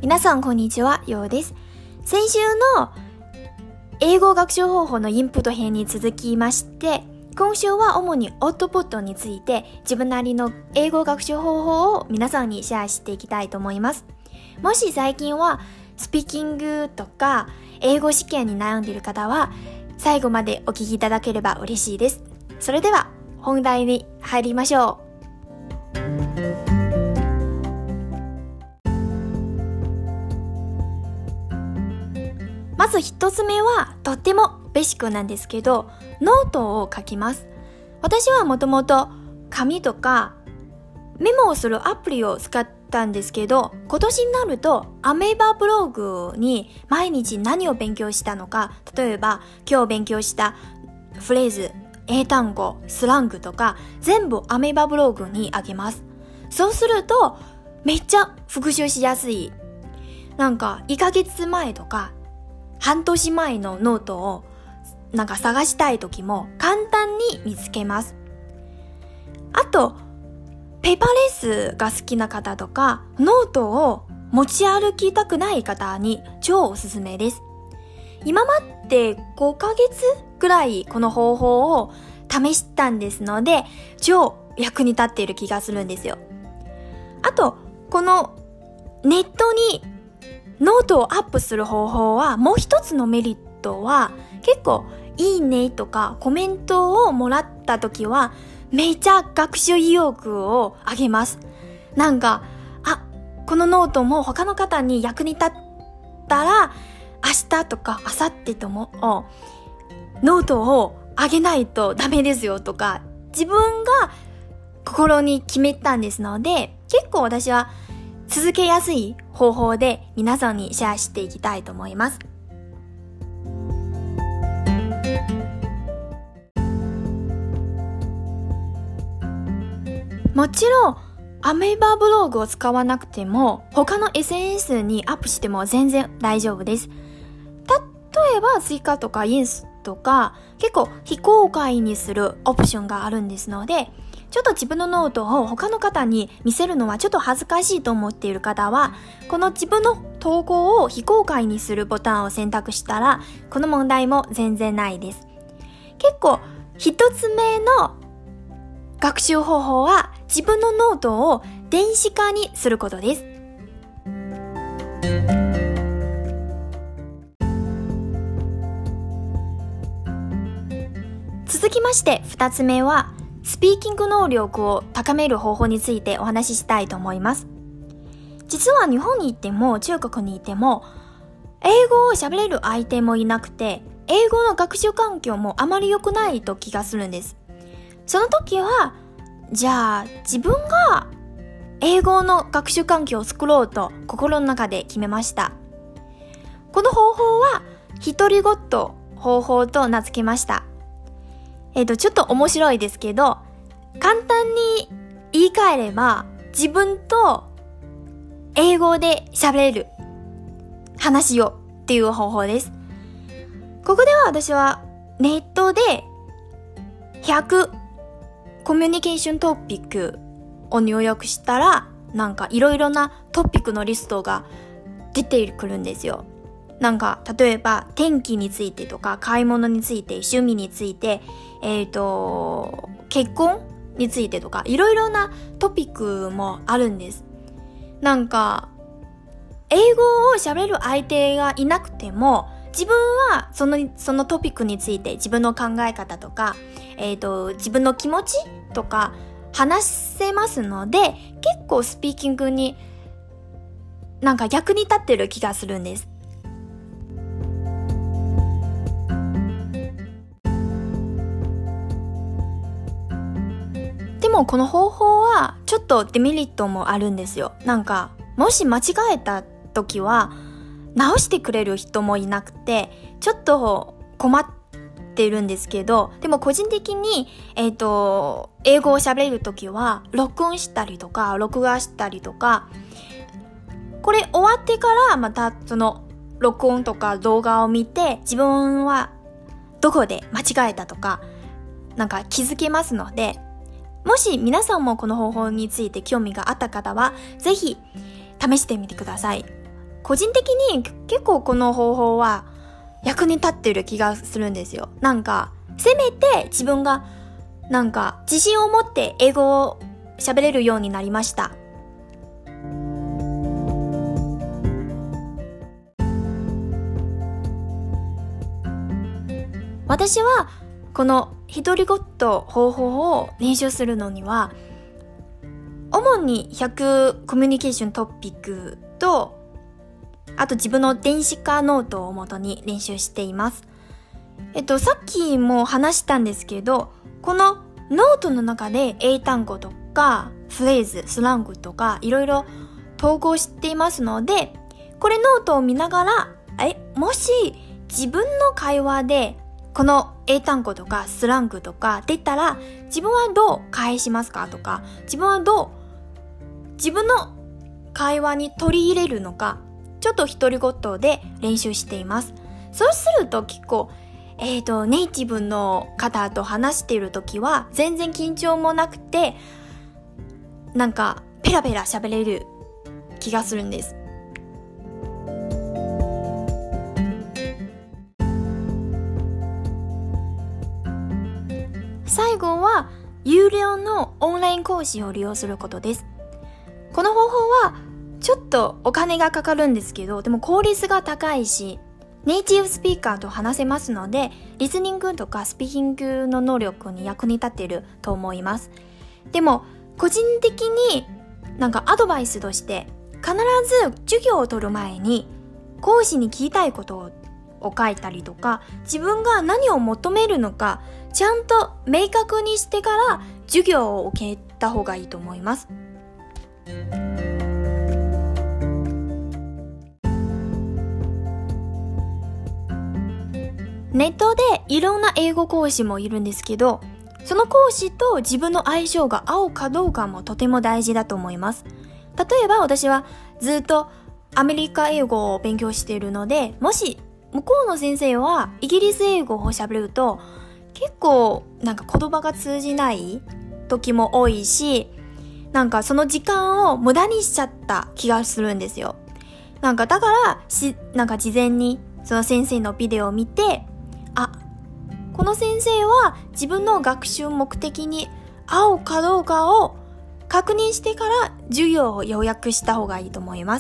皆さんこんにちは、ようです。先週の英語学習方法のインプット編に続きまして、今週は主にアウトプットについて自分なりの英語学習方法を皆さんにシェアしていきたいと思います。もし最近はスピーキングとか英語試験に悩んでいる方は最後までお聞きいただければ嬉しいです。それでは本題に入りましょう。まず一つ目はとってもベーシックなんですけど、ノートを書きます。私はもともと紙とかメモをするアプリを使ったんですけど、今年になるとアメーバブログに毎日何を勉強したのか、例えば今日勉強したフレーズ、英単語、スラングとか全部アメーバブログにあげます。そうするとめっちゃ復習しやすい。なんか1ヶ月前とか半年前のノートを探したい時も簡単に見つけます。あとペーパーレスが好きな方とかノートを持ち歩きたくない方に超おすすめです。今まで5ヶ月ぐらいこの方法を試したんですので超役に立っている気がするんですよ。あとこのネットにノートをアップする方法はもう一つのメリットは結構いいねとかコメントをもらった時はめっちゃ学習意欲を上げます。このノートも他の方に役に立ったら明日とか明後日ともノートを上げないとダメですよとか自分が心に決めたんですので、結構私は続けやすい方法で皆さんにシェアしていきたいと思います。もちろんアメーバブログを使わなくても他の SNS にアップしても全然大丈夫です。例えばツイッターとかインスとか結構非公開にするオプションがあるんですので、ちょっと自分のノートを他の方に見せるのはちょっと恥ずかしいと思っている方は、この自分の投稿を非公開にするボタンを選択したらこの問題も全然ないです。結構一つ目の学習方法は自分のノートを電子化にすることです。続きまして2つ目はスピーキング能力を高める方法についてお話ししたいと思います。実は日本にいても中国にいても英語を喋れる相手もいなくて、英語の学習環境もあまり良くないと気がするんです。その時はじゃあ自分が英語の学習環境を作ろうと心の中で決めました。この方法は独り言方法と名付けました。ちょっと面白いですけど、簡単に言い換えれば自分と英語で喋れる話をっていう方法です。ここでは私はネットで100コミュニケーショントピックを入力したらいろいろなトピックのリストが出てくるんですよ。例えば天気についてとか買い物について趣味について結婚についてとかいろいろなトピックもあるんです。英語を喋る相手がいなくても自分はそのトピックについて自分の考え方とか自分の気持ちとか話せますので、結構スピーキングに役に立ってる気がするんです。でもこの方法はちょっとデメリットもあるんですよ。もし間違えた時は直してくれる人もいなくてちょっと困ってるんですけど、でも個人的に英語を喋れる時は録音したりとか録画したりとか、これ終わってからまたその録音とか動画を見て自分はどこで間違えたとか気づけますので、もし皆さんもこの方法について興味があった方はぜひ試してみてください。 個人的に結構この方法は役に立ってる気がするんですよ。なんかせめて自分がなんか自信を持って英語を喋れるようになりました。私はこの独り言方法を練習するのには主に100コミュニケーショントピックとあと自分の電子化ノートを元に練習しています。さっきも話したんですけど、このノートの中で英単語とかフレーズ、スラングとかいろいろ投稿していますので、これノートを見ながら、もし自分の会話でこの英単語とかスラングとか出たら自分はどう返しますかとか、自分はどう自分の会話に取り入れるのか、ちょっと独り言で練習しています。そうすると結構ネイティブの方と話しているときは全然緊張もなくて、なんかペラペラ喋れる気がするんです。最後は有料のオンライン講師を利用することです。この方法はちょっとお金がかかるんですけど、でも効率が高いし、ネイティブスピーカーと話せますので、リスニングとかスピーキングの能力に役に立っていると思います。でも個人的になんかアドバイスとして必ず授業を取る前に講師に聞きたいことを書いたりとか、自分が何を求めるのかちゃんと明確にしてから授業を受けた方がいいと思います。ネットでいろんな英語講師もいるんですけど、その講師と自分の相性が合うかどうかもとても大事だと思います。例えば私はずっとアメリカ英語を勉強しているので、もし向こうの先生はイギリス英語を喋ると結構なんか言葉が通じない時も多いし、なんかその時間を無駄にしちゃった気がするんですよ。なんかだからなんか事前にその先生のビデオを見て、この先生は自分の学習目的に合うかどうかを確認してから授業を要約した方がいいと思います。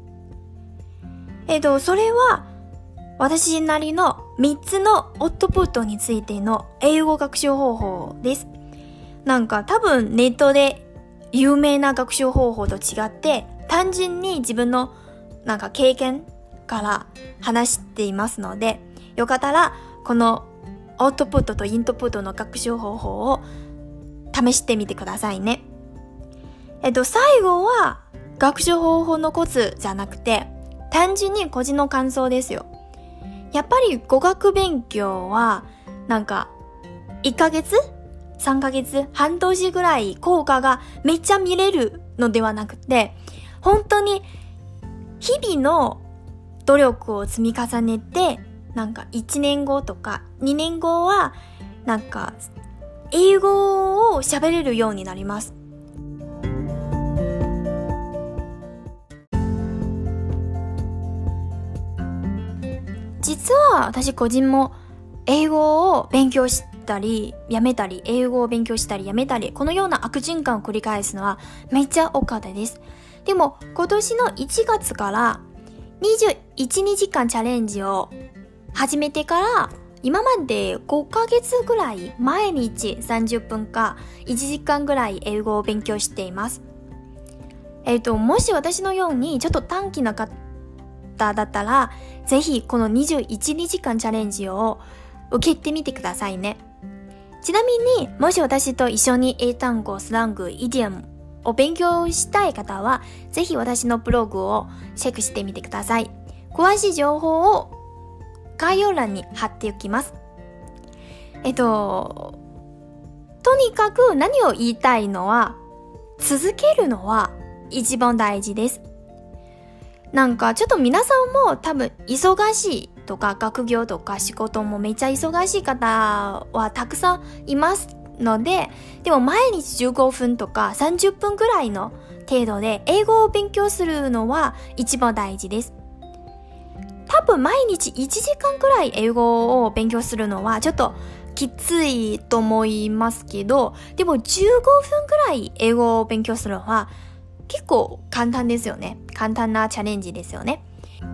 それは私なりの3つのアウトプットについての英語学習方法です。なんか多分ネットで有名な学習方法と違って単純に自分のなんか経験から話していますので、よかったらこのアウトプットとインプットの学習方法を試してみてくださいね。最後は学習方法のコツじゃなくて単純に個人の感想ですよ。やっぱり語学勉強はなんか1ヶ月3ヶ月半年ぐらい効果がめっちゃ見れるのではなくて、本当に日々の努力を積み重ねて、なんか1年後とか2年後はなんか英語を喋れるようになります。実は私個人も英語を勉強したりやめたり、英語を勉強したりやめたり、このような悪循環を繰り返すのはめっちゃ多かったです。でも今年の1月から21日間チャレンジを始めてから今まで5ヶ月ぐらい毎日30分か1時間ぐらい英語を勉強しています。もし私のようにちょっと短期な方だったらぜひこの21日間チャレンジを受けてみてくださいね。ちなみにもし私と一緒に英単語、スラング、イディアムを勉強したい方はぜひ私のブログをチェックしてみてください。詳しい情報を概要欄に貼っておきます。とにかく何を言いたいのは、続けるのは一番大事です。なんかちょっと皆さんも多分忙しいとか学業とか仕事もめっちゃ忙しい方はたくさんいますので、でも毎日15分とか30分くらいの程度で英語を勉強するのは一番大事です。多分毎日1時間くらい英語を勉強するのはちょっときついと思いますけど、でも15分くらい英語を勉強するのは結構簡単ですよね。簡単なチャレンジですよね。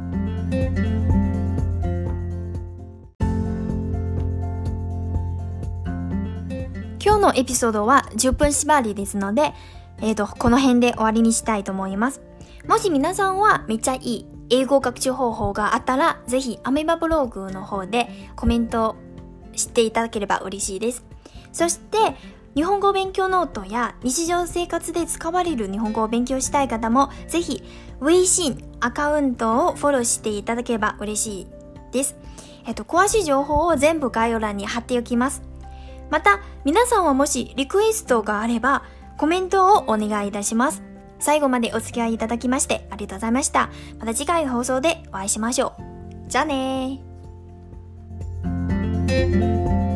今日のエピソードは10分縛りですので、この辺で終わりにしたいと思います。もし皆さんはめっちゃいい英語学習方法があったら、ぜひアメーバブログの方でコメントしていただければ嬉しいです。そして日本語勉強ノートや日常生活で使われる日本語を勉強したい方も、ぜひ微信アカウントをフォローしていただければ嬉しいです。詳しい情報を全部概要欄に貼っておきます。また皆さんはもしリクエストがあればコメントをお願いいたします。最後までお付き合いいただきましてありがとうございました。また次回の放送でお会いしましょう。じゃあねー。